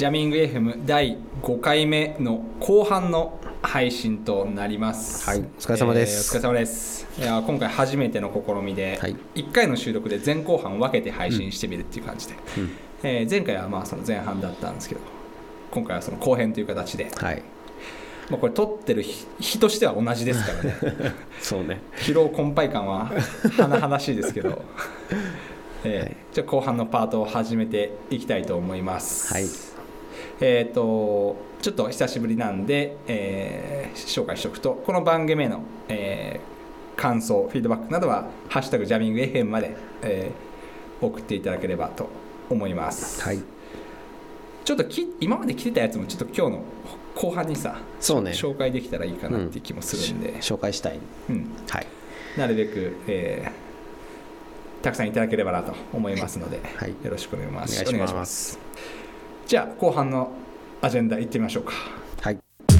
ジャミング FM 第5回目の後半の配信となります。 はい、お疲れ様です。 お疲れ様です。いや今回初めての試みで、はい、1回の収録で前後半分けて配信してみるっていう感じで、前回はまあその前半だったんですけど、今回はその後編という形で、はい、まあ、これ撮ってる日としては同じですからねそうね、 疲労困憊感は甚だしいですけどはい、じゃあ後半のパートを始めていきたいと思います。はい、ちょっと久しぶりなんで、紹介しておくと、この番組への、感想フィードバックなどはハッシュタグジャミング FM まで、送っていただければと思います。はい、ちょっと今まで来てたやつもちょっと今日の後半にさ、そうね、紹介できたらいいかなっていう気もするんで、 紹介したい、 はい、なるべく、たくさんいただければなと思いますので、はい、よろしくお願いします。じゃあ後半のアジェンダいってみましょうか。はい、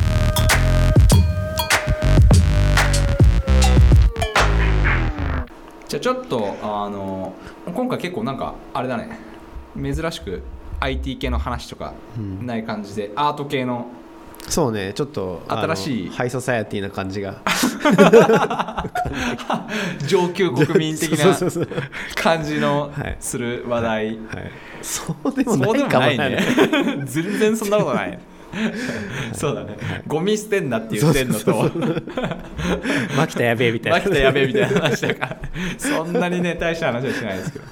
じゃあちょっと今回結構なんかあれだね、珍しく IT 系の話とかない感じで、アート系の、 そうね、ちょっと新しいハイソサエティな感じが上級国民的な感じのする話題、はいはい、 そうでもないかもね全然そんなことないそうだね、はい、ゴミ捨てんなって言ってんのと牧田やべえみたいな話だからそんなにね大した話はしないですけど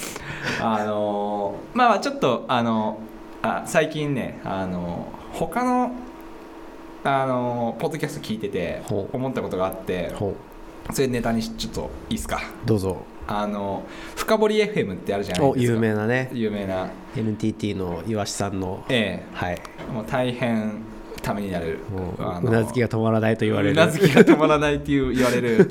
まあちょっと最近ね他のポッドキャスト聞いてて思ったことがあって、それネタにちょっといいですか。 どうぞ。 深掘り FM ってあるじゃないですか。 有名なね、 有名な NTT の岩下さんの、 はい、もう大変ためになる、 うなずきが止まらないと言われる、 うなずきが止まらないって言われる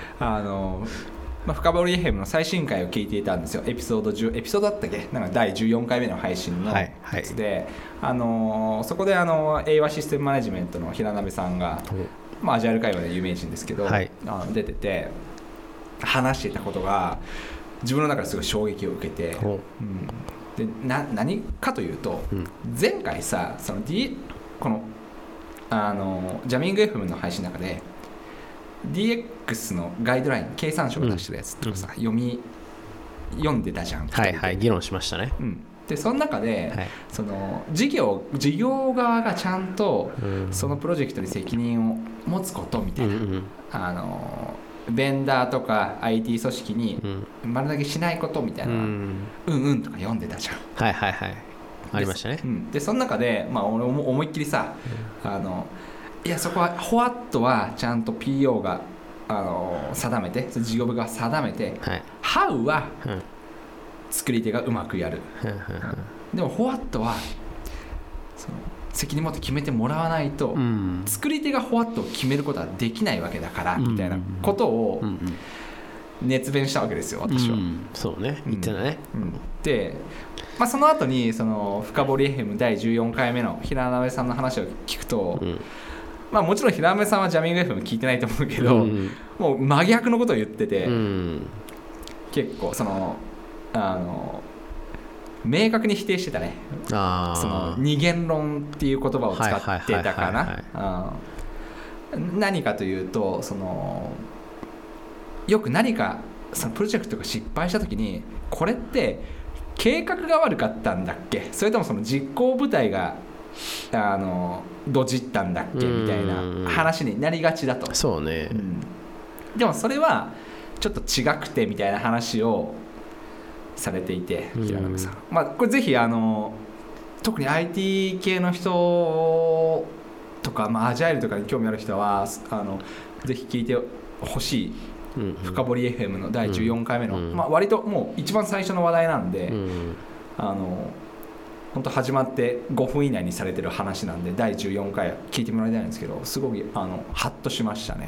深掘り FM の最新回を聞いていたんですよ。エピソードだったっけ、なんか第14回目の配信のやつで、そこで英和システムマネジメントの平鍋さんが、アジャイル界隈で有名人ですけど、出てて話していたことが自分の中ですごい衝撃を受けて、で何かというと、前回さその、このジャミング FM の配信の中でDX のガイドライン、経産省が出してるやつとかさ、読んでたじゃん。 はいはい、議論しましたね。 でその中で、その事業側がちゃんとそのプロジェクトに責任を持つことみたいな、ベンダーとか IT 組織に丸投げしないことみたいな、とか読んでたじゃん。 はいはいはい、ありましたね。 でその中で、俺思いっきりさ、いやそこはホワットはちゃんと PO が定めて、事業部が定めて、ハウは作り手がうまくやる、でもホワットはその責任持って決めてもらわないと、作り手がホワットを決めることはできないわけだから、みたいなことを熱弁したわけですよ、私は。 そうね、言ってたね。 で、その後にその深掘り FM 第14回目の平鍋さんの話を聞くと、もちろん平鍋さんはジャミング FM 聞いてないと思うけど、もう真逆のことを言ってて、結構その明確に否定してたね。その二元論っていう言葉を使ってたかな。何かというと、そのよく何かそのプロジェクトが失敗した時に、これって計画が悪かったんだっけ、それともその実行部隊がドジったんだっけみたいな話になりがちだと。 そうね、 でもそれはちょっと違くてみたいな話をされていて、平鍋さん、これぜひ特に IT 系の人とか、アジャイルとかに興味ある人はぜひ聞いてほしい。深掘り FM の第14回目の、割ともう一番最初の話題なんで、本当始まって5分以内にされてる話なんで、第14回聞いてもらいたいんですけど、すごいハッとしましたね。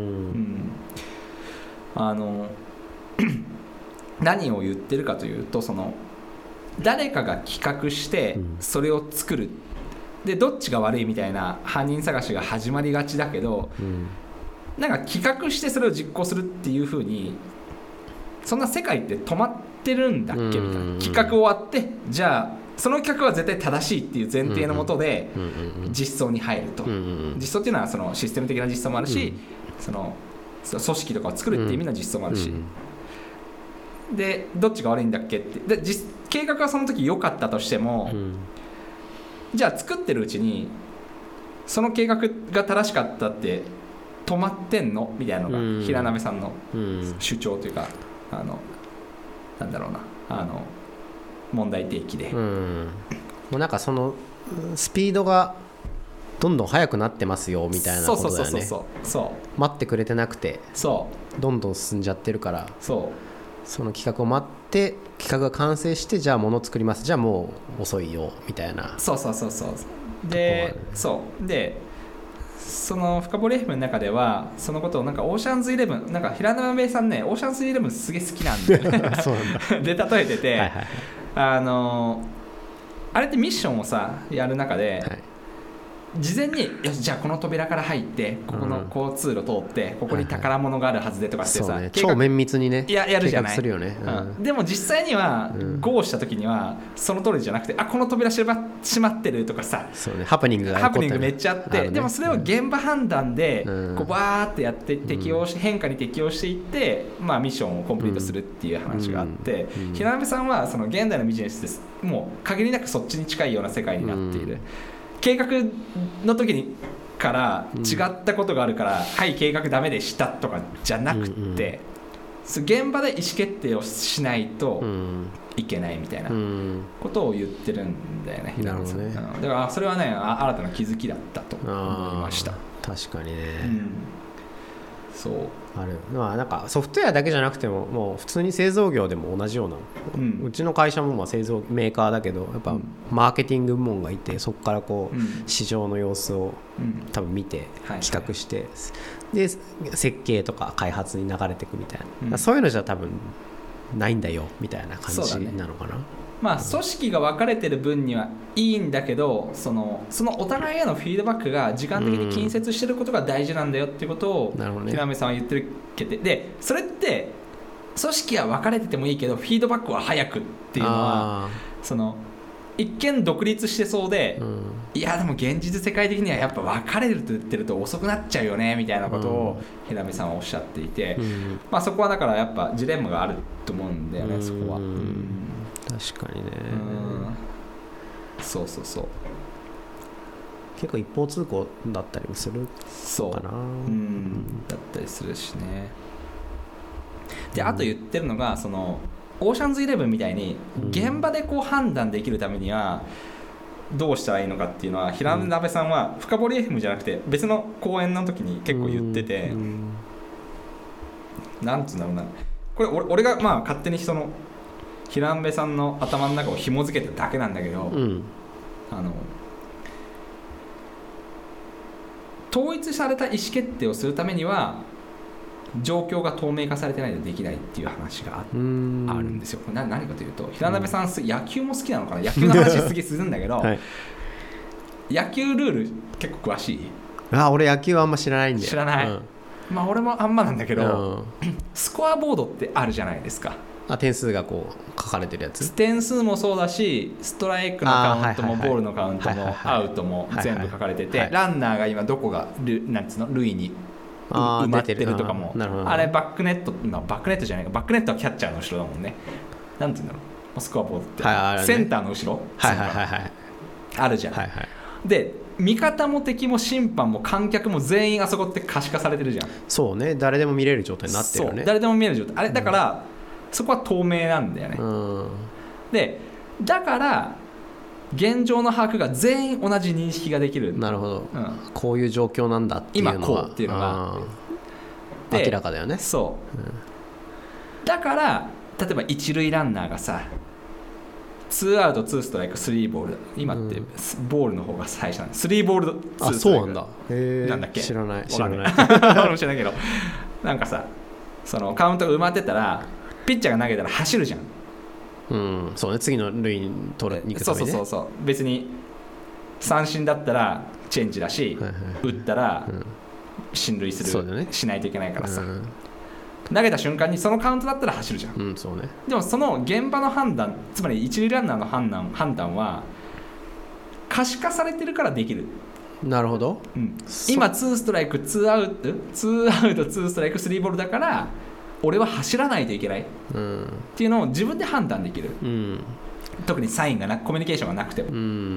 何を言ってるかというと、その誰かが企画してそれを作る、でどっちが悪いみたいな犯人探しが始まりがちだけど、なんか企画してそれを実行するっていう風に、そんな世界って止まってるんだっけみたいな。企画終わってじゃあその企画は絶対正しいっていう前提のもとで実装に入ると、実装っていうのはそのシステム的な実装もあるし、その組織とかを作るっていう意味の実装もあるし、でどっちが悪いんだっけってで計画はその時良かったとしても、じゃあ作ってるうちにその計画が正しかったって止まってんのみたいなのが平鍋さんの主張というか、なんだろうな、問題提起で、 もうなんかそのスピードがどんどん速くなってますよみたいなことだよね。待ってくれてなくてどんどん進んじゃってるから、その企画を待って企画が完成して、じゃあ物を作ります、じゃあもう遅いよみたいな。 でその深掘り FM の中ではそのことをなんかオーシャンズイレブン、なんか平鍋さんね、オーシャンズイレブンすげえ好きなんでそうなんだで例えてて、あれってミッションをさやる中で、事前によしじゃあこの扉から入ってここの交通路通ってここに宝物があるはずでとかってさ、 超綿密にねやるじゃない。 するよね、 でも実際にはゴーした時にはその通りじゃなくて、この扉閉まってるとかさ、 ハプニングめっちゃあって、でもそれを現場判断でこうバーってやって適応し変化に適応していって、ミッションをコンプリートするっていう話があって、平鍋さんはその現代のビジネスですもう限りなくそっちに近いような世界になっている。計画の時にから違ったことがあるから、はい計画ダメでしたとかじゃなくて、現場で意思決定をしないといけないみたいなことを言ってるんだよね、平野さん。だからそれはね、新たな気づきだったと思いました。 確かにね、 そうある。なんかソフトウェアだけじゃなくても、もう普通に製造業でも同じような、うちの会社も製造メーカーだけど、やっぱマーケティング部門がいて、そこからこう、市場の様子を多分見て企画して、で設計とか開発に流れていくみたいな、そういうのじゃ多分ないんだよみたいな感じなのかな。 組織が分かれてる分にはいいんだけど、そのお互いへのフィードバックが時間的に近接してることが大事なんだよっていうことを平目さんは言ってるけど、でそれって組織は分かれててもいいけどフィードバックは早くっていうのはその一見独立してそうで、いやでも現実世界的にはやっぱ分かれると言ってると遅くなっちゃうよねみたいなことを平目さんはおっしゃっていて、そこはだからやっぱジレンマがあると思うんだよね、そこは。 確かにね。 そう結構一方通行だったりもするかな。 だったりするしね。であと言ってるのが、そのオーシャンズイレブンみたいに現場でこう判断できるためにはどうしたらいいのかっていうのは、平鍋さんは深掘り FM じゃなくて別の講演の時に結構言ってて、なんつうんだろうな、これ俺が勝手にその平鍋さんの頭の中を紐付けただけなんだけど、統一された意思決定をするためには状況が透明化されてないとできないっていう話があるんですよ。何かというと、平鍋さん野球も好きなのかな、野球の話すげえするんだけど、野球ルール結構詳しい？ 俺野球はあんま知らないんで。 知らない、俺もあんまなんだけど、スコアボードってあるじゃないですか。 点数がこう書かれてるやつ。 点数もそうだし、ストライクのカウントもボールのカウントもアウトも全部書かれてて、ランナーが今どこがなんつうの塁に埋まってるとかも、あれバックネット、バックネットじゃないか、バックネットはキャッチャーの後ろだもんね。なんていうんだろう、スコアボードって、センターの後ろあるじゃん。で味方も敵も審判も観客も全員あそこって可視化されてるじゃん。 そうね、誰でも見れる状態になってるよね。 そう、誰でも見れる状態、あれだから、そこは透明なんだよね。でだから現状の把握が全員同じ認識ができる。 なるほど、こういう状況なんだっていうのは今こうっていうのが明らかだよね。 そう、だから例えば一塁ランナーがさ、2アウト2ストライク3ボール、今ってボールの方が最初なんで、3ボール2ストライク。 そうなんだ。 なんだっけ、 知らない。 俺も知らないけど、なんかさ、そのカウントが埋まってたらピッチャーが投げたら走るじゃん。 そうね、次の塁に取りに行くためにね。 そう別に三振だったらチェンジだし、打ったら進塁する、しないといけないからさ、 投げた瞬間にそのカウントだったら走るじゃん、 うんそうね、 でもその現場の判断、つまり一塁ランナーの判断は可視化されてるからできる。 なるほど、 うん、今2ストライク2アウト2ストライク3ボールだから俺は走らないといけない、うん、っていうのを自分で判断できる、うん、特にサインがコミュニケーションがなくても、うん、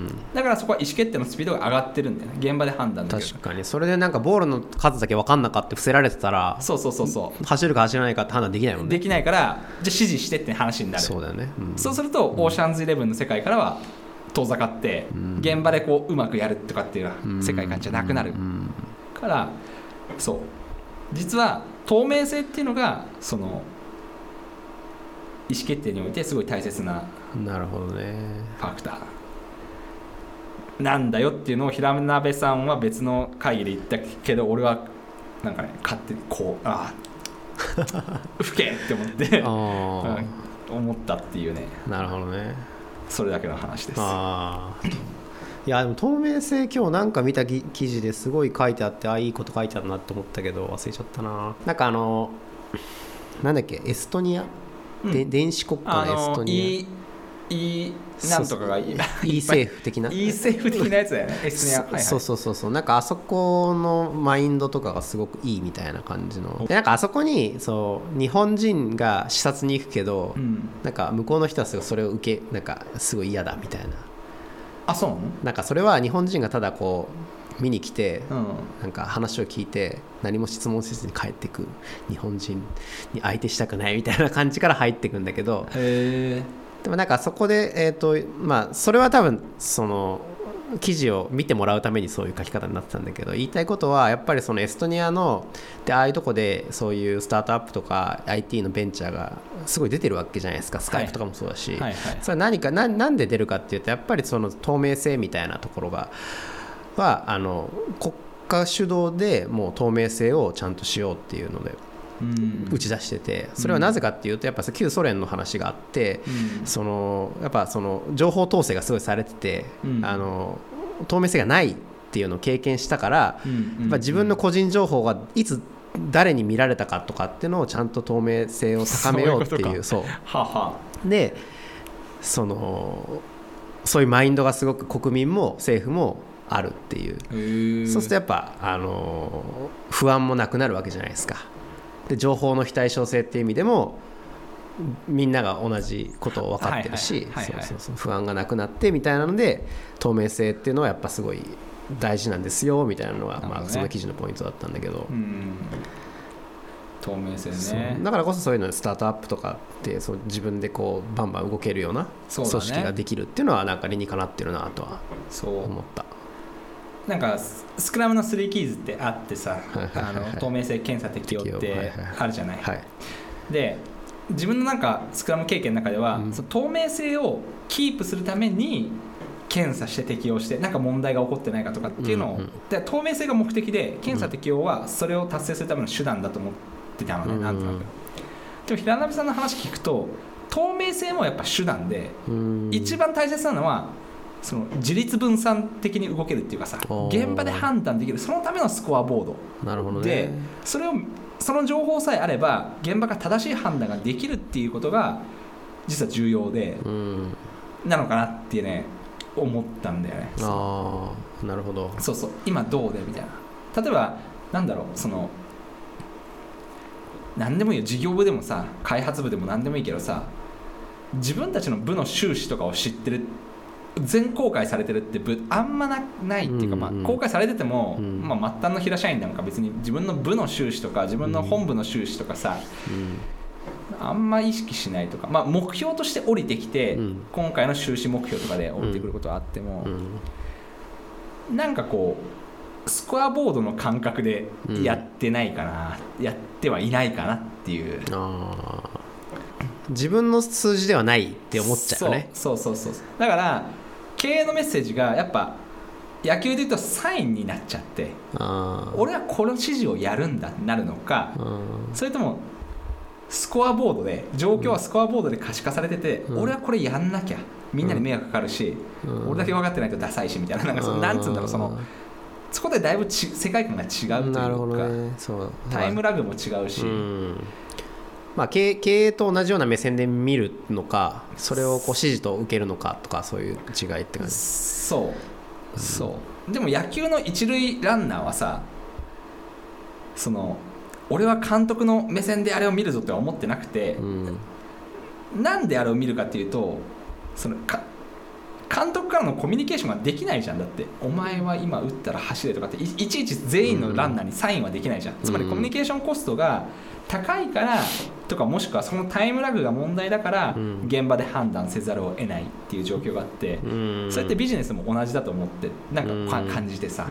だからそこは意思決定のスピードが上がってるんだよね、現場で判断できる。 確かにそれでなんかボールの数だけ分かんなかって伏せられてたら、 そう走るか走らないかって判断できないもんね。 できないから、じゃあ指示してって話になる。 そうだよね、 うん、そうすると、オーシャンズイレブンの世界からは遠ざかって、現場でこううまくやるとかっていう世界観じゃなくなるから、そう実は透明性っていうのがその意思決定においてすごい大切ななるほどねファクターなんだよっていうのを平鍋さんは別の会議で言ったけど、俺はなんかね勝手にこう吹けって思って思ったっていうね。 なるほどね、 それだけの話です。 いやでも透明性今日なんか見た記事ですごい書いてあって、いいこと書いてあるなと思ったけど忘れちゃったな。なんかなんだっけエストニア、電子国家のエストニアなんとかがいい政府的な政府的なやつだよねエストニア、はいはい、 そうなんかあそこのマインドとかがすごくいいみたいな感じので、なんかあそこにそう日本人が視察に行くけど、なんか向こうの人はそれをなんかすごい嫌だみたいな。 そうなの？ なんかそれは日本人がただこう見に来て、なんか話を聞いて何も質問せずに帰ってく日本人に相手したくないみたいな感じから入ってくんだけど、でもなんかそこでそれは多分その記事を見てもらうためにそういう書き方になってたんだけど、言いたいことはやっぱりそのエストニアのでああいうとこでそういうスタートアップとか IT のベンチャーがすごい出てるわけじゃないですか。スカイプとかもそうだし、それはなんで出るかっていうと、やっぱりその透明性みたいなところは国家主導でもう透明性をちゃんとしようっていうので打ち出してて、それはなぜかっていうとやっぱ旧ソ連の話があって、やっぱその情報統制がすごいされてて、透明性がないっていうのを経験したから、やっぱ自分の個人情報がいつ誰に見られたかとかっていうのをちゃんと透明性を高めようっていうでそういうマインドがすごく国民も政府もあるっていう。そうするとやっぱ不安もなくなるわけじゃないですか。で情報の非対称性っていう意味でもみんなが同じことを分かってるし、不安がなくなってみたいなので、透明性っていうのはやっぱすごい大事なんですよみたいなのが、その記事のポイントだったんだけど、 透明性ね。 だからこそそういうのスタートアップとかって自分でこうバンバン動けるような組織ができるっていうのはなんか理にかなってるなとは思った。 なんかスクラムの3キーズってあってさ、透明性検査適用ってあるじゃない。で自分のなんかスクラム経験の中では、その透明性をキープするために検査して適用してなんか問題が起こってないかとかっていうのを、で透明性が目的で検査適用はそれを達成するための手段だと思ってたのね、なんとなく。でも平鍋さんの話聞くと透明性もやっぱ手段で、一番大切なのはその自立分散的に動けるっていうかさ、現場で判断できる、そのためのスコアボード。 なるほどね。 でその情報さえあれば現場が正しい判断ができるっていうことが実は重要で、なのかなってね思ったんだよね。 なるほど。 そう今どうでみたいな。例えばなんだろう、何でもいいよ、事業部でもさ開発部でも何でもいいけどさ、自分たちの部の収支とかを知ってる、全公開されてるってあんまないっていうか、公開されてても、末端の平社員なんか別に自分の部の収支とか自分の本部の収支とかさ、あんま意識しないとか、目標として降りてきて、今回の収支目標とかで降りてくることはあっても、なんかこうスコアボードの感覚でやってないかな、やってはいないかなっていう。 自分の数字ではないって思っちゃうね。 そうだから経営のメッセージがやっぱ野球でいうとサインになっちゃって、俺はこの指示をやるんだってなるのか、それともスコアボードで状況はスコアボードで可視化されてて、俺はこれやんなきゃみんなに迷惑かかるし、俺だけ分かってないとダサいしみたいな、なんかなんつうんだろう、そこでだいぶ世界観が違うというか、 なるほどね。そうタイムラグも違うし、 まあ、経営と同じような目線で見るのか、それをこう指示と受けるのかとか、そういう違いって感じ。 そうでも野球の一塁ランナーはさ、その俺は監督の目線であれを見るぞって思ってなくて、なんであれを見るかっていうと、その監督からのコミュニケーションができないじゃん。だってお前は今打ったら走れとかっていちいち全員のランナーにサインはできないじゃん。つまりコミュニケーションコストが高いからとか、もしくはそのタイムラグが問題だから現場で判断せざるを得ないっていう状況があって、そうやってビジネスも同じだと思ってなんか感じてさ、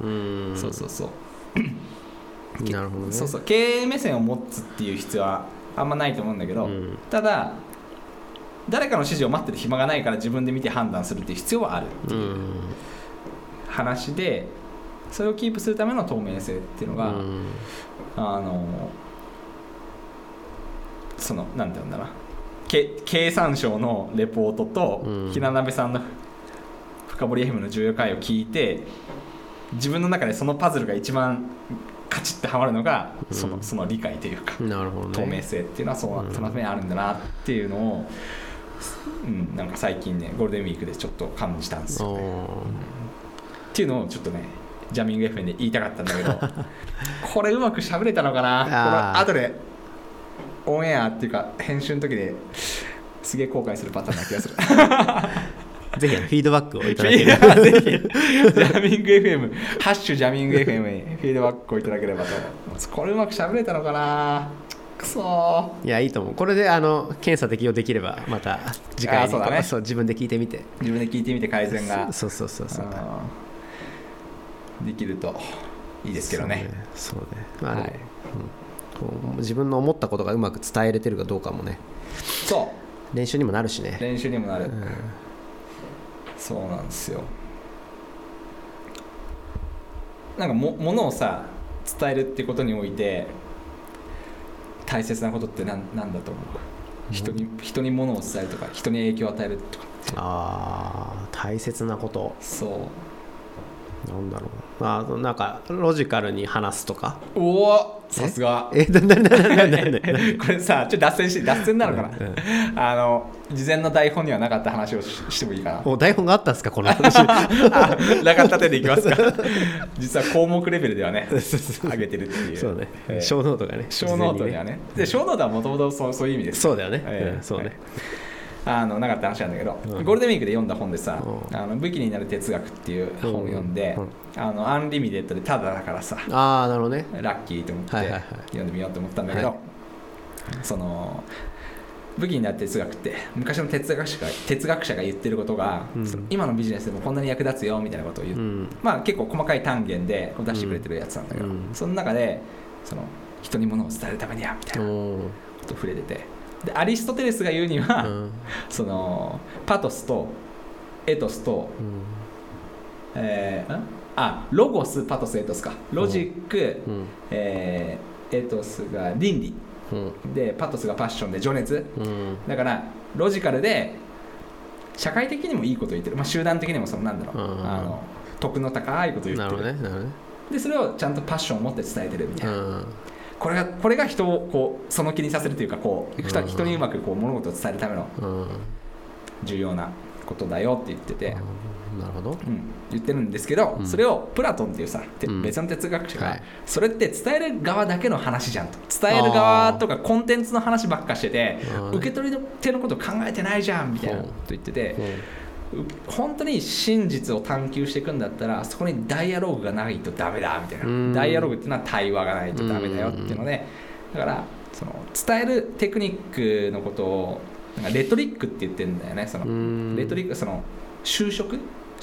そうなるほどね。 そう経営目線を持つっていう必要はあんまないと思うんだけど、ただ誰かの指示を待ってる暇がないから自分で見て判断するっていう必要はあるっていう話で、それをキープするための透明性っていうのが、そのなんていうんだな、経産省のレポートと平鍋さんの深掘り FM の14回を聞いて、自分の中でそのパズルが一番カチッてはまるのがその理解というか、 なるほどね、 透明性っていうのはそのためにあるんだなっていうのを、なんか最近ねゴールデンウィークでちょっと感じたんですよね、っていうのをちょっとねジャミング FM で言いたかったんだけどこれうまく喋れたのかな。これ後でオンエアっていうか編集の時ですげえ後悔するパターンな気がするぜひフィードバックをいただければぜひジャミング FM ハッシュジャミング FM にフィードバックをいただければと。これうまく喋れたのかな。くそ。 いやいいと思う。これで検査適用できればまた次回にそう自分で聞いてみて改善がそうできるといいですけどね。 そうね、まあ自分の思ったことがうまく伝えれてるかどうかもね、 そう練習にもなるしね。 練習にもなる、そうなんですよ。なんかものをさ伝えるってことにおいて大切なことって何だと思う？人にものを伝えるとか、人に影響を与えるとか。 大切なこと。 そうなんだろう。なんかロジカルに話すとか。 おお、さすが。 なんこれさ、ちょっと脱線なのかな。事前の台本にはなかった話をしてもいいかな。 台本があったんですかこの話。 なかった手でいきますか。実は項目レベルではね上げてるっていう。 そうね。小ノートがね。 小ノートにはね。で小ノートはもともとそういう意味です。 そうだよね。そうね。 なかった話なんだけど、ゴールデンウィークで読んだ本でさ、武器になる哲学っていう本を読んで、アンリミテッドでタダだからさ、 なるほどね、 ラッキーと思って読んでみようと思ったんだけど、その武器になる哲学って昔の哲学者が言ってることが、その今のビジネスでもこんなに役立つよみたいなことを言う、まあ結構細かい単元で出してくれてるやつなんだけど、その中でその人に物を伝えるためにはみたいなことを触れてて、でアリストテレスが言うには、そのパトスとエトスと、ロゴスパトスエトスか、ロジック、エトスが倫理、でパトスがパッションで情熱、だからロジカルで社会的にもいいこと言ってる、集団的にもそのなんだろう、徳の高いこと言ってる、でそれをちゃんとパッションを持って伝えてるみたいな、これが人をこうその気にさせるというか、こう人にうまくこう物事を伝えるための重要なことだよって言ってて、 なるほど、 言ってるんですけど、それをプラトンっていうさ、別の哲学者が、それって伝える側だけの話じゃんと、伝える側とかコンテンツの話ばっかしてて、受け取り手のことを考えてないじゃんみたいなこと言ってて、本当に真実を探求していくんだったらそこにダイアログがないとダメだみたいな、ダイアログっていうのは対話がないとダメだよっていうので、だからその伝えるテクニックのことをなんかレトリックって言ってるんだよね。そのレトリック、その就職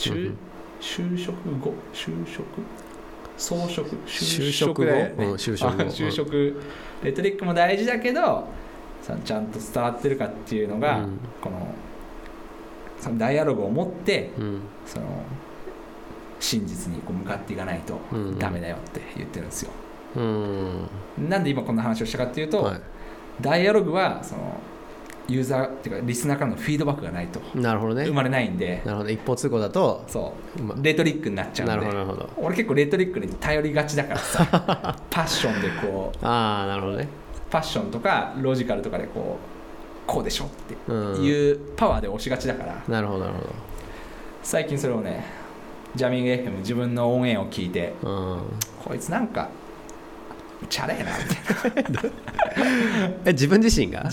レトリックも大事だけどちゃんと伝わってるかっていうのが、このそのダイアログを持って、その真実にこう向かっていかないとダメだよって言ってるんですよ。なんで今こんな話をしたかっていうと、ダイアログはそのユーザーっていうかリスナーからのフィードバックがないと生まれないんで、 なるほど、一方通行だとそうレトリックになっちゃうんで、 なるほど、 俺結構レトリックに頼りがちだからさパッションでこうなるほどね、 ファッションとかロジカルとかでこうでしょっていうパワーで押しがちだから、 なるほどなるほど。 最近それをねジャミング FM 自分の音源を聞いて、こいつなんかチャレーなみたいな自分自身が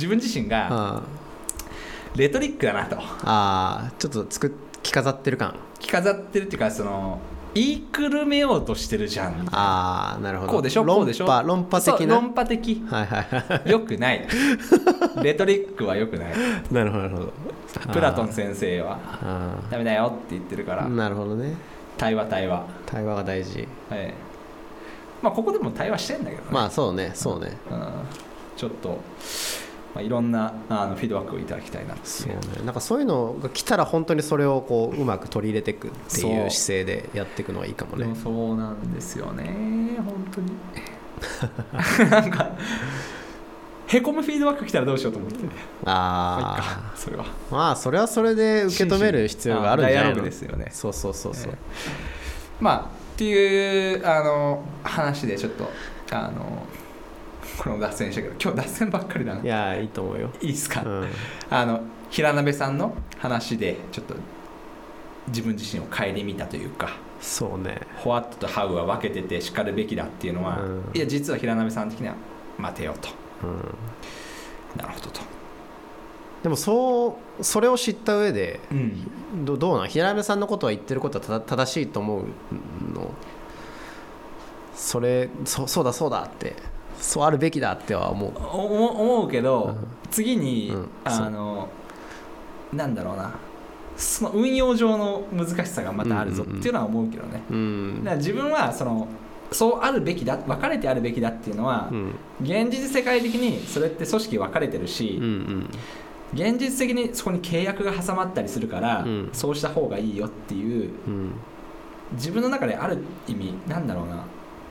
レトリックだなと、 ちょっと着飾ってる感、 着飾ってるっていうか、その言いくるめようとしてるじゃんみたいな。 なるほど。 こうでしょこうでしょ、 論破的な、 論破的、よくないレトリックはよくないなるほどなるほど。 プラトン先生はダメだよって言ってるから。 なるほどね。対話が大事。 まあここでも対話してんだけどね。 まあそうね、ちょっと、いろんなフィードバックをいただきたいなっていう。 そうね、なんかそういうのが来たら本当にそれをこううまく取り入れていくっていう姿勢でやっていくのがいいかもね。 そうなんですよね、本当になんかへこむフィードバック来たらどうしようと思って、それはまあそれはそれで受け止める必要があるんじゃないの。 ダイアログですよね。 そう、 まあっていう話でちょっとこの脱線したけど、今日脱線ばっかりだな。 いやいいと思うよ。 いいですか、平鍋さんの話でちょっと自分自身を顧みたというか、 そうね、 ホワットとハウは分けててしかるべきだっていうのは、いや実は平鍋さん的には待てよと、なるほどと。 でもそれを知った上で、どうなん、平鍋さんのことは言ってることは正しいと思うの？そうだってそうあるべきだっては思うけど、次に、なんだろうな、その運用上の難しさがまたあるぞっていうのは思うけどね。だから自分はそうあるべきだ、分かれてあるべきだっていうのは、現実世界的にそれって組織分かれてるし、現実的にそこに契約が挟まったりするから、そうした方がいいよっていう、自分の中である意味なんだろうな、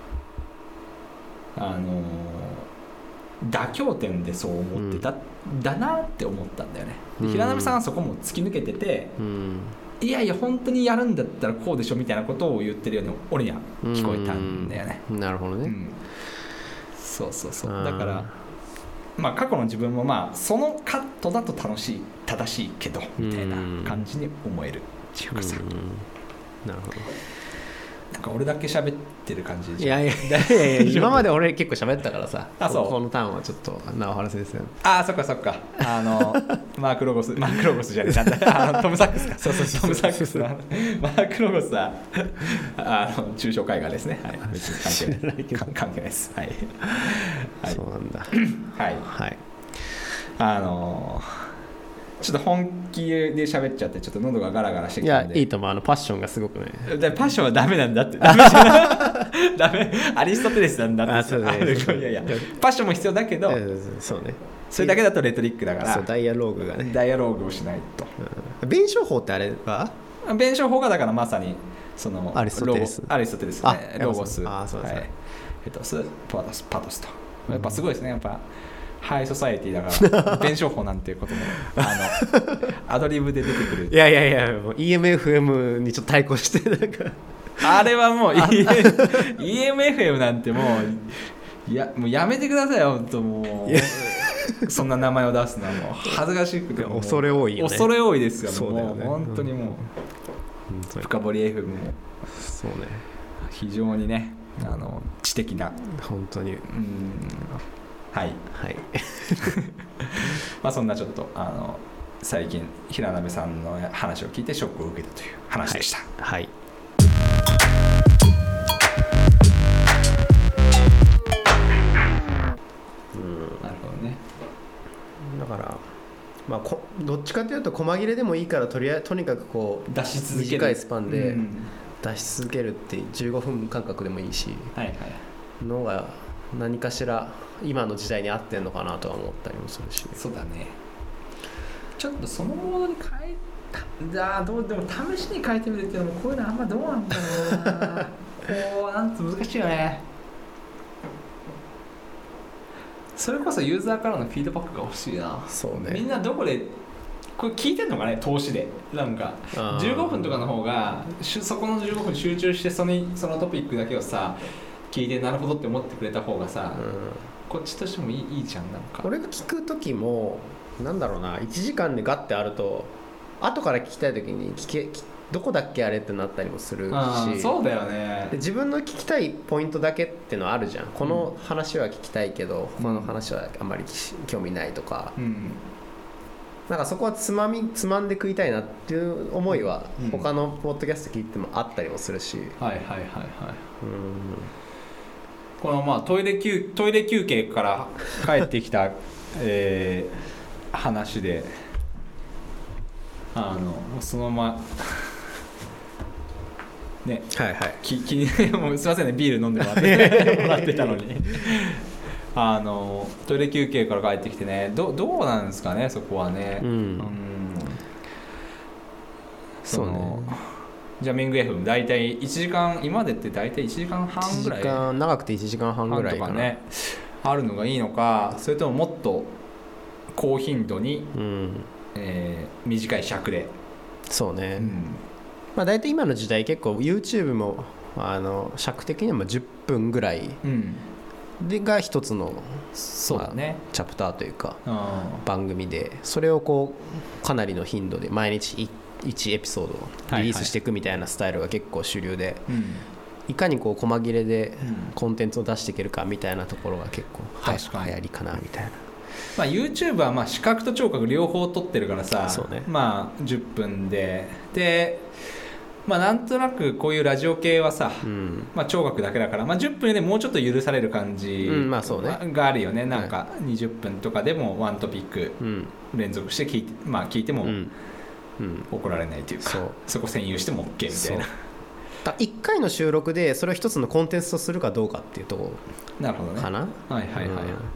妥協点でそう思ってた、だなって思ったんだよね。で平鍋さんはそこも突き抜けてて、いやいや本当にやるんだったらこうでしょみたいなことを言ってるように俺には聞こえたんだよね。 なるほどね、 そうだからまあ過去の自分もまあそのカットだと正しいけどみたいな感じに思えるっていうかさ、 なるほど。 なんか俺だけ喋ってる感じでしょ。 いや今まで俺結構喋ったからさそうこのターンはちょっと直原先生そっかマークロゴスじゃねえ、なんだトムサックスか。そうトムサックスマークロゴスは抽象絵画ですね。別に関係ないです。 そうなんだ。 ちょっと本気で喋っちゃってちょっと喉がガラガラしてきたんで。 いやいいと思う。パッションがすごくね。 パッションはダメなんだって。ダメじゃないダメ、アリストテレスなんだって。いやパッションも必要だけど、 そうね、 それだけだとレトリックだから、 ダイアローグがね、 ダイアローグをしないと。 弁証法ってあれは弁証法がだからまさにそのアリストテレスね、ロゴス、 そうですパトスと。やっぱすごいですね。やっぱハイソサエティだから弁証法なんていうこともアドリブで出てくる。 いやもう EMFM にちょっと対抗してなんかあれはもう EMFM なんてもうやめてくださいよ本当。もうそんな名前を出すのはもう恥ずかしくて恐れ多いよね。 恐れ多いですよ。 そうだよね、 もう本当にもう深掘り FM もそうね、 非常にね知的な本当にはいまあそんなちょっと最近平鍋さんの話を聞いてショックを受けたという話でした。 はい、 なるほどね。 だからまあどっちかというと細切れでもいいからとにかくこう出し続ける、 短いスパンで出し続けるって15分間隔でもいいし、のが何かしら今の時代に合ってんのかなとは思ったりもするし、 そうだね。ちょっとそのモードに変えたでも試しに変えてみるっていうのもこういうのあんまどうなんだろうなこうなんて難しいよね。それこそユーザーからのフィードバックが欲しいな。 そうね。 みんなどこでこれ聞いてんのかね、投資で。なんか15分とかの方がそこの15分集中してそのトピックだけをさ聞いてなるほどって思ってくれた方がさ、 こっちとしてもいいじゃん。なんか俺が聞く時もなんだろうな、1時間でガッてあると後から聞きたい時にどこだっけあれってなったりもするし、 そうだよね。 で自分の聞きたいポイントだけっていうのはあるじゃん。この話は聞きたいけど、他の話はあんまり興味ないとか、なんかそこはつまんで食いたいなっていう思いは他のポッドキャスト聞いてもあったりもするし、 はいはいはいはい。このまあトイレ休憩から帰ってきた話でそのままね、 はいはい、 もうすいませんね、ビール飲んでもらってたのにトイレ休憩から帰ってきてね、どうなんですかね、そこはね。そうね。じゃあミング F 大体1時間、今までって大体1時間半ぐらい、 長くて1時間半ぐらいかな、 ね、あるのがいいのか、それとももっと高頻度に、短い尺で。 そうね、まあ、大体今の時代結構 YouTube も尺的には10分ぐらいが一つの、 そうだね、 チャプターというか番組で、それをこうかなりの頻度で毎日1エピソードをリリースしていくみたいなスタイルが結構主流で、いかにこう細切れでコンテンツを出していけるかみたいなところが結構流行りかなみたいな。 まあ、YouTube はまあ視覚と聴覚両方撮ってるからさ、 そうね、 まあ10分でまあ、なんとなくこういうラジオ系はさ、まあ、聴覚だけだから、まあ、10分でもうちょっと許される感じがあるよね。なんか20分とかでもワントピック連続して聞いても怒られないというか、そこ占有しても OK みたいな。 1回の収録でそれを一つのコンテンツとするかどうかっていうところかな。 はいはいはい、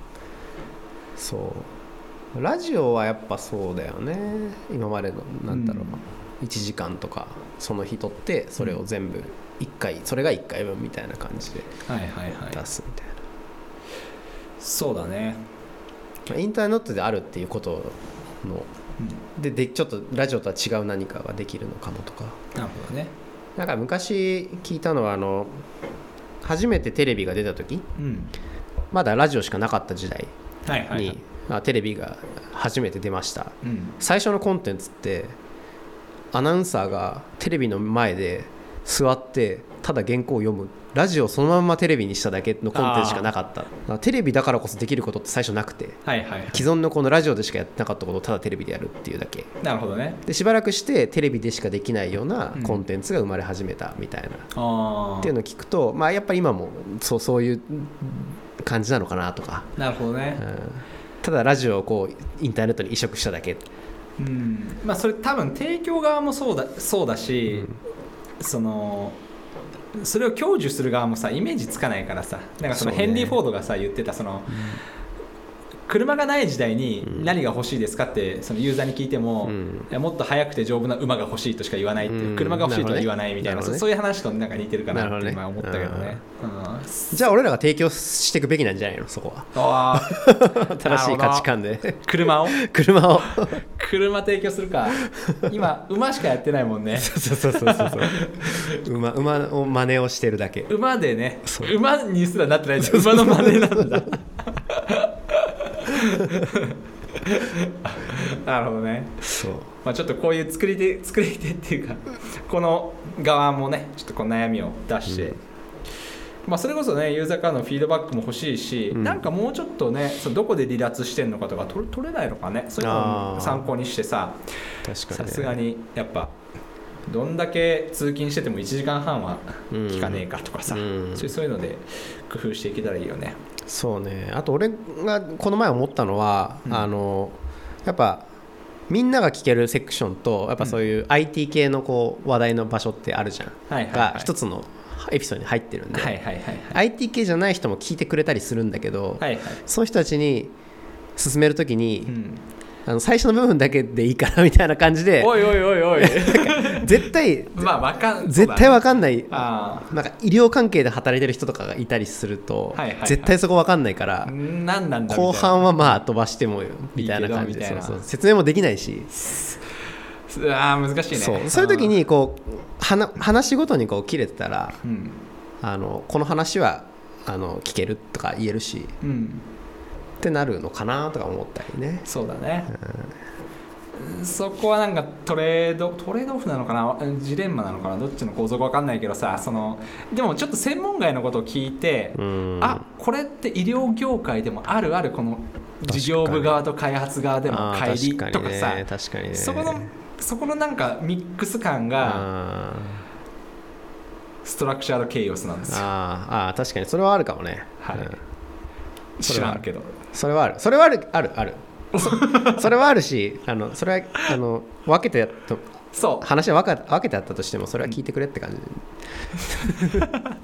そうラジオはやっぱそうだよね。今までのなんだろう、1時間とかその日撮ってそれを全部1回、それが1回分みたいな感じで出すみたいな、 そうだね。 インターネットであるっていうことの、でちょっとラジオとは違う何かができるのかもとか。 なるほどね。 なんか昔聞いたのは初めてテレビが出た時、まだラジオしかなかった時代に、テレビが初めて出ました、最初のコンテンツってアナウンサーがテレビの前で座ってただ原稿を読む、ラジオをそのままテレビにしただけのコンテンツしかなかった。テレビだからこそできることって最初なくて、既存のこのラジオでしかやってなかったことをただテレビでやるっていうだけ。 なるほどね。 でしばらくしてテレビでしかできないようなコンテンツが生まれ始めたみたいな、っていうのを聞くと、まあ、やっぱり今もそういう感じなのかなとか。 なるほどね、 ただラジオをこうインターネットに移植しただけ。 まあ、それ多分提供側もそうだし、それを享受する側もさイメージつかないからさ、なんかそのヘンリー・フォードがさ言ってた車がない時代に何が欲しいですかってそのユーザーに聞いても、もっと速くて丈夫な馬が欲しいとしか言わないっていう、車が欲しいとは言わないみたいな、そういう話となんか似てるかなって今思ったけどね。 じゃあ俺らが提供していくべきなんじゃないの、そこは。正しい価値観で車提供するか。今馬しかやってないもんね。 そう馬を真似をしてるだけ。 馬でね、馬にすらなってないじゃん。馬の真似なんだ。なるほどね。まあ、ちょっとこういう作り手っていうかこの側もねちょっとこの悩みを出して、まあ、それこそねユーザーからのフィードバックも欲しいし、なんかもうちょっとねどこで離脱してんのかとか取れないのかね、そういうのを参考にしてさ、さすがにやっぱどんだけ通勤してても1時間半は聞かねえかとかさ、そういうので工夫していけたらいいよね。 そうね。あと俺がこの前思ったのは、やっぱみんなが聞けるセクションとやっぱそういう IT 系のこう話題の場所ってあるじゃん、が一つのエピソードに入ってるんで、IT 系じゃない人も聞いてくれたりするんだけど、その人たちに勧めるときに、最初の部分だけでいいからみたいな感じで、 おい絶対絶対分かんない、なんか医療関係で働いてる人とかがいたりすると、絶対そこ分かんないから、後半はまあ飛ばしてもみたいな感じで、説明もできないし、 難しいね。 そういう時にこう話ごとにこう切れてたら、この話は聞けるとか言えるし、 ってなるのかなとか思ったりね。 そうだね、そこはなんかトレードオフなのかな、ジレンマなのかな、どっちの構造か分かんないけどさ、でもちょっと専門外のことを聞いて、あ、これって医療業界でもあるこの事業部側と開発側でも乖離とかさ、 確かにね、 そこのなんかミックス感がストラクチャードケイオスなんですよ。 確かにそれはあるかもね、はい、 知らんけどそれはあるそれはあるし、それは分けてそう話は分けてあったとしてもそれは聞いてくれって感じ、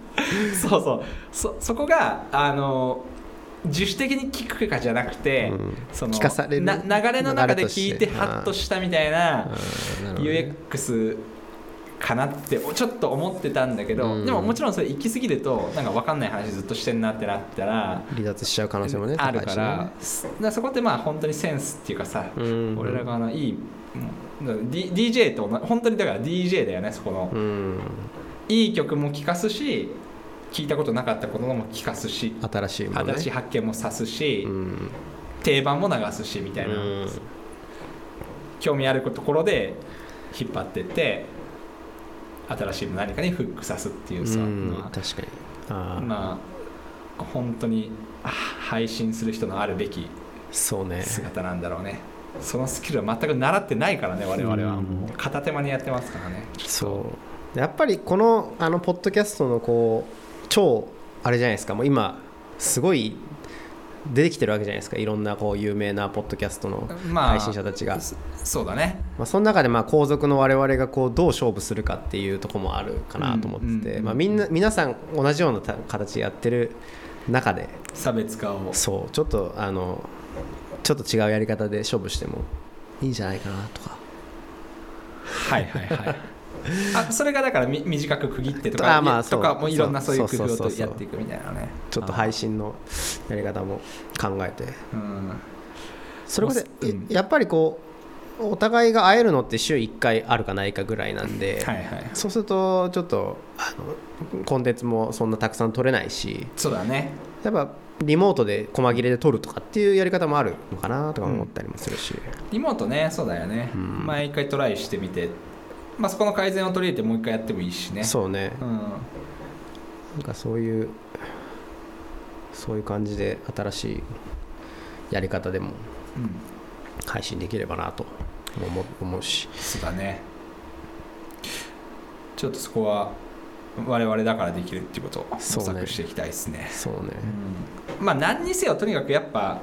そこが自主的に聞くかじゃなくて、 聞かされる流れの中で聞いてハッとしたみたいな UX かなってちょっと思ってたんだけど、でももちろんそれ行き過ぎるとなんか分かんない話ずっとしてんなってなったら離脱しちゃう可能性もねあるから、そこってまあ本当にセンスっていうかさ、俺らがいいDJ と本当にだから DJ だよね、そこのいい曲も聴かすし、聞いたことなかったことも聞かすし、 新しい発見もさすし、定番も流すしみたいな、興味あるところで引っ張ってって新しい何かにフックさすっていうさ、 確かにまあ本当に配信する人のあるべき姿なんだろうね。そのスキルは全く習ってないからね、我々はもう片手間にやってますからね。 そうやっぱりこのポッドキャストのこう超あれじゃないですか、もう今すごい出てきてるわけじゃないですか、いろんなこう有名なポッドキャストの配信者たちが、 そうだね、 その中で後続の我々がこうどう勝負するかっていうところもあるかなと思ってて、皆さん同じような形でやってる中で差別化をちょっと違うやり方で勝負してもいいんじゃないかなとか。 それがだから短く区切ってとかもいろんなそういう工夫をやっていくみたいなね。 ちょっと配信のやり方も考えて、それこそやっぱりこうお互いが会えるのって週1回あるかないかぐらいなんで、そうするとちょっとコンテンツもそんなたくさん撮れないし、 そうだね、 やっぱリモートで細切れで撮るとかっていうやり方もあるのかなとか思ったりもするし、 リモートね、そうだよね、一回トライしてみて、そこの改善を取り入れてもう一回やってもいいしね。 そうね、なんかそういう感じで新しいやり方でも配信できればなと思うし、 そうだね、ちょっとそこは我々だからできるっていうことを模索していきたいですね。 そうね、 何にせよとにかくやっぱ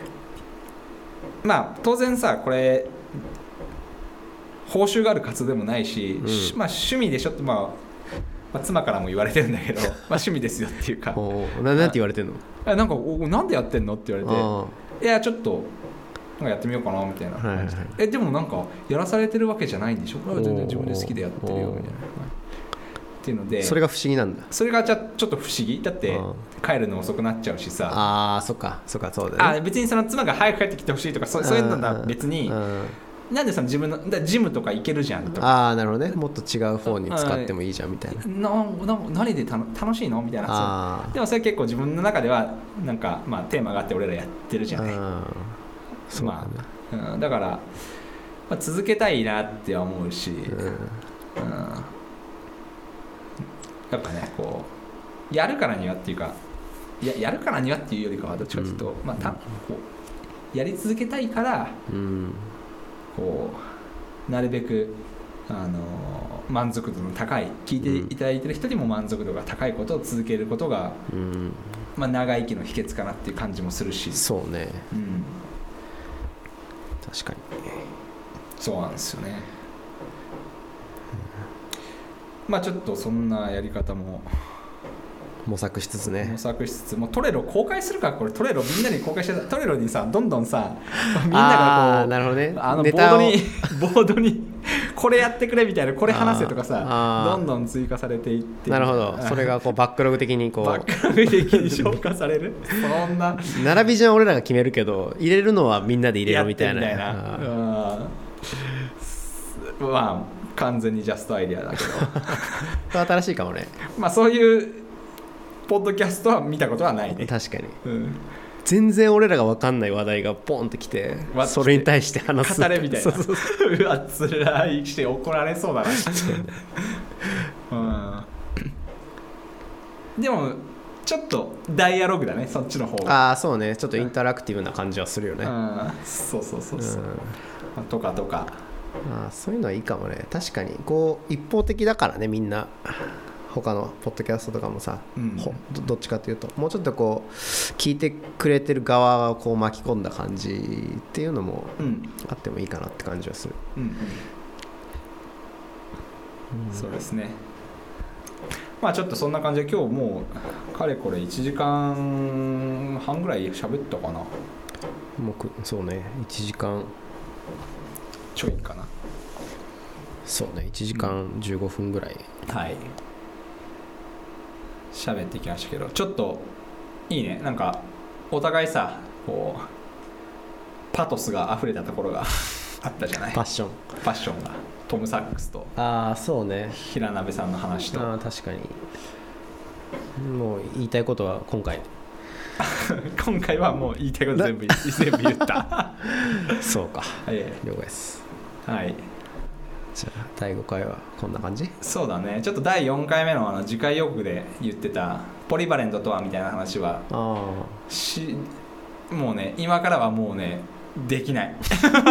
当然さ、これ報酬がある活動でもないし、趣味でしょって、妻からも言われてるんだけど趣味ですよっていうかなんて言われてんの？ なんかなんでやってんのって言われて、いやちょっとやってみようかなみたいな、でもなんかやらされてるわけじゃないんでしょ、これは全然自分で好きでやってるよみたいなっていうので、 それが不思議なんだ。 それがちょっと不思議だって、帰るの遅くなっちゃうしさ、 そっかそうだね。 別にその妻が早く帰ってきてほしいとかそういうのは別に、なんで自分のジムとか行けるじゃんとか、 なるほどね、もっと違う方に使ってもいいじゃんみたいな、 何で楽しいのみたいな。でもそれ結構自分の中ではなんか、テーマがあって俺らやってるじゃない。 そうだね、 だから、続けたいなって思うし、やっぱね、こうやるからにはっていうか、やるからにはっていうよりかはどっちかというと、こうやり続けたいから、こうなるべく満足度の高い、聞いていただいてる人にも満足度が高いことを続けることが、長生きの秘訣かなっていう感じもするし。 そうね、確かにそうなんですよね。ちょっとそんなやり方も模索しつつもうトレロ公開するか、これトレロみんなに公開してトレロにさ、どんどんさみんながこう、 なるほどね、 ボードにこれやってくれみたいな、これ話せとかさ、どんどん追加されていって、 なるほど、それがこうバックログ的にバックログ的に消化されるそんな並び順は俺らが決めるけど、入れるのはみんなで入れるみたいな、 完全にジャストアイデアだけど新しいかもね。 そういうポッドキャストは見たことはないね。 確かに、 全然俺らが分かんない話題がポンってきてそれに対して話す語れみたいなうわつらいして怒られそうだなでもちょっとダイアログだねそっちの方が。 ああそうね、ちょっとインタラクティブな感じはするよね。 そうそうそうそう、とかとか。 そういうのはいいかもね。確かにこう一方的だからね、みんな他のポッドキャストとかもさ、どっちかというともうちょっとこう聞いてくれてる側をこう巻き込んだ感じっていうのもあってもいいかなって感じはする。 そうですね。まあちょっとそんな感じで今日もうかれこれ1時間半ぐらい喋ったかな。 そうね、1時間ちょいかな。 そうね、1時間15分ぐらい、 はい喋ってきましたけど、ちょっといいね。なんかお互いさこうパトスが溢れたところがあったじゃない。 パッションがトム・サックスとそうね、 平鍋さんの話と。 確かにもう言いたいことは今回はもう言いたいこと全部言ったそうか、了解です。 はい、 じゃあ第5回はこんな感じ。 そうだね。ちょっと第4回目の次回予告で言ってたポリバレントとはみたいな話はもうね今からはもうねできない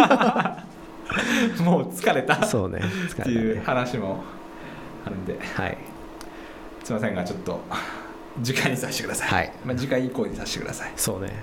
もう疲れたそうねっていう話もあるんで、 はい、 すいませんがちょっと次回にさせてください。はい、次回以降にさせてください。 そうね、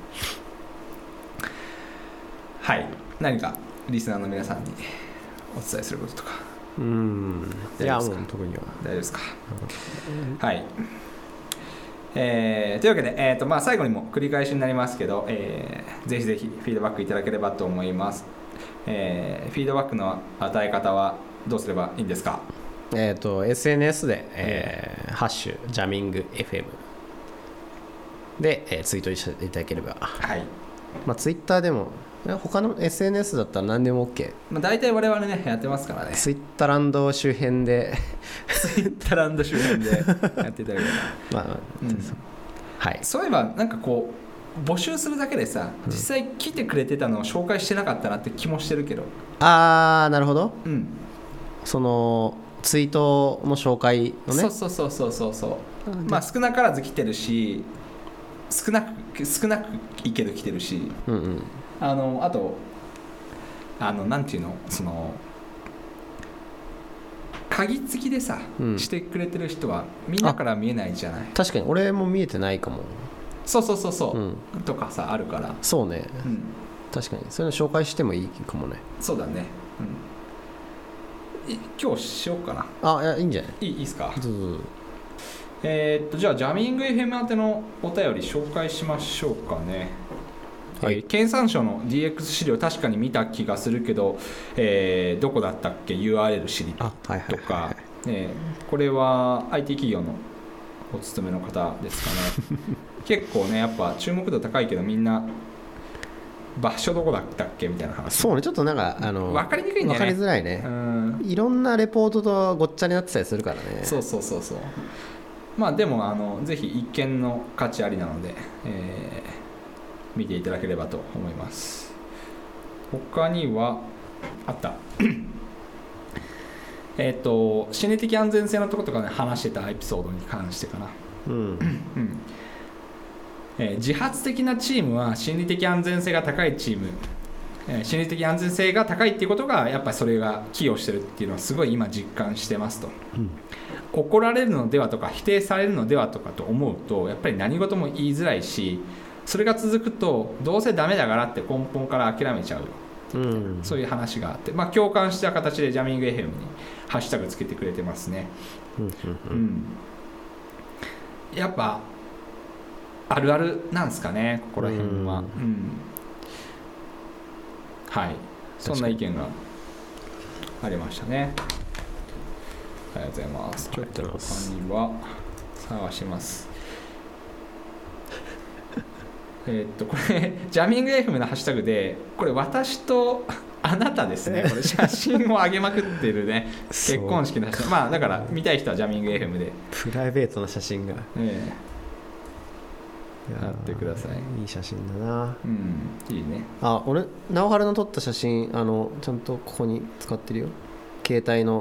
はい、何かリスナーの皆さんにお伝えすることとか。 いやもう特には大丈夫ですか。はい、というわけで、最後にも繰り返しになりますけど、ぜひぜひフィードバックいただければと思います。フィードバックの与え方はどうすればいいんですか。 SNS で、ハッシュジャミング FM で、ツイートしていただければ、はい、ツイッターでも他の SNS だったら何でも OK。 大体我々ねやってますからね。 ツイッターランド周辺でツイッターランド周辺でやっていただければはい、そういえばなんかこう募集するだけでさ、実際来てくれてたのを紹介してなかったなって気もしてるけど。 なるほど、そのツイートの紹介のね。 そう少なからず来てるし、少なくいいけど来てるし、あとなんていうの、その鍵付きでさ、してくれてる人はみんなから見えないじゃない。 確かに俺も見えてないかも。 そう、とかさあるから。 そうね、確かにそういうの紹介してもいいかもね。 そうだね、今日しようかな。 いやいいんじゃない。 いいですか。じゃあジャミング FM 宛てのお便り紹介しましょうかね。はい、経産省の DX 資料確かに見た気がするけど、どこだったっけ URL 知りとか、これは IT 企業のお勤めの方ですかね結構ねやっぱ注目度高いけどみんな場所どこだったっけみたいな話。 そうね、ちょっとなんか分かりにくいんだよね。 分かりづらいね。いろんなレポートとごっちゃになってたりするからね。 そうまあでもぜひ一見の価値ありなので、見ていただければと思います。他にはあった心理的安全性のところとかね話してたエピソードに関してかな。自発的なチームは心理的安全性が高いチーム、心理的安全性が高いっていうことがやっぱりそれが寄与してるっていうのはすごい今実感してますと。怒られるのではとか否定されるのではとかと思うとやっぱり何事も言いづらいし、それが続くとどうせダメだからって根本から諦めちゃう、そういう話があって、共感した形でジャミング FM にハッシュタグつけてくれてますね。やっぱあるあるなんですかね、ここら辺は。はい、そんな意見がありましたね。ありがとうございます。ちょっと他には探します。これジャミング FM のハッシュタグでこれ私とあなたですね。これ写真を上げまくってるね結婚式の写真。だから見たい人はジャミング FM でプライベートな写真が、 やってください。 いい写真だな。 いいね。 俺直春の撮った写真ちゃんとここに使ってるよ、携帯の。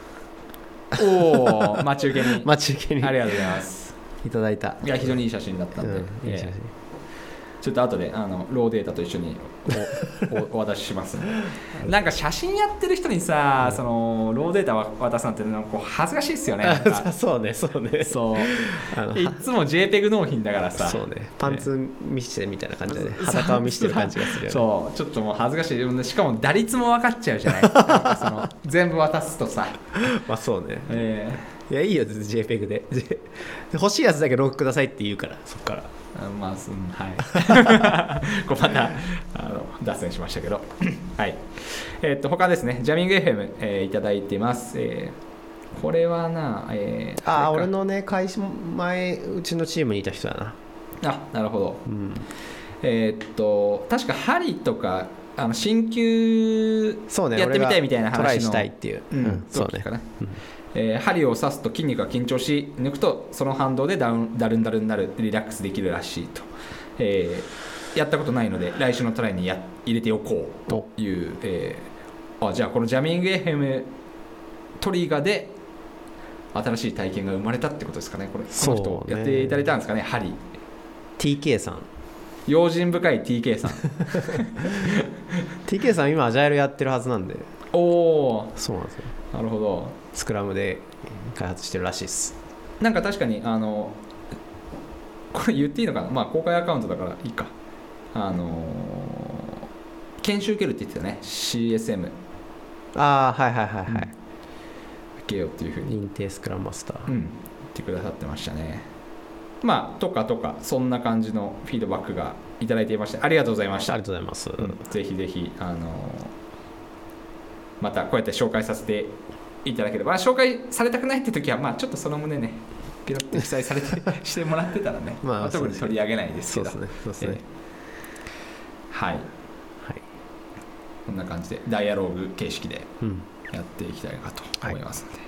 おお待ち受けに待ち受けにありがとうございます。 いただいた。 いや非常にいい写真だったんで、いい写真。ちょっと後でローデータと一緒に お渡ししますね。なんか写真やってる人にさ、そのローデータ渡すなんてこう恥ずかしいっすよね。 そうねそういつも JPEG 納品だからさ。 そうね、パンツ見せてみたいな感じで、裸を見せてる感じがするよね。 そうちょっともう恥ずかしい。しかも打率も分かっちゃうじゃない。なんかその全部渡すとさまあそうね、いやいいよ JPEG で欲しいやつだけログくださいって言うから、そっからまあはい。こうまた脱線しましたけどはい他ですね、ジャミング FM、いただいてます。これはな、 俺のね会社前うちのチームにいた人だな。 なるほど、確か針とか鍼灸やってみたいみたいな話のトライしたいっていう、 そうねかな。針を刺すと筋肉が緊張し抜くとその反動でだるんになる、リラックスできるらしいと、やったことないので来週のトライに入れておこうという、じゃあこのジャミング FM トリガーで新しい体験が生まれたってことですかね。この人やっていただいたんですかね。針 TK さん、 用心深い TK さん TK さん今アジャイルやってるはずなんで。そうなんですよ。 なるほど。 スクラムで開発してるらしいです。 なんか確かにこれ言っていいのかな、まあ公開アカウントだからいいか。研修受けるって言ってたね。 CSM はい受けようっていうふうに認定スクラムマスター、 言ってくださってましたね。まあとかそんな感じのフィードバックがいただいていまして、ありがとうございました。 ありがとうございます、 ぜひぜひまたこうやって紹介させていただければ、紹介されたくないって時はまあちょっとその旨ねピロッと記載されてしてもらってたらねまあ特に取り上げないですけど、そうですねはい、こんな感じでダイアローグ形式でやっていきたいかと思いますので、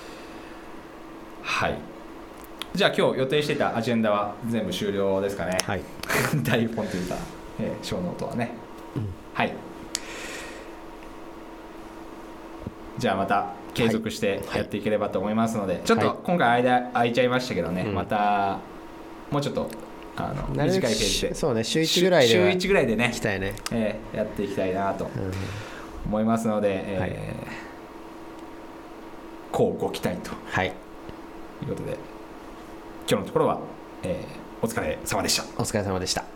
はい、じゃあ今日予定していたアジェンダは全部終了ですかね。はい台本というか、小ノートはね、はい。じゃあまた継続してやっていければと思いますので、ちょっと今回間空いちゃいましたけどね、またもうちょっと短いページで、 そうね、週1ぐらいで週1ぐらいでね、 いきたいね、 やっていきたいなと思いますので、こうご期待ということで、今日のところは、お疲れ様でした。 お疲れ様でした。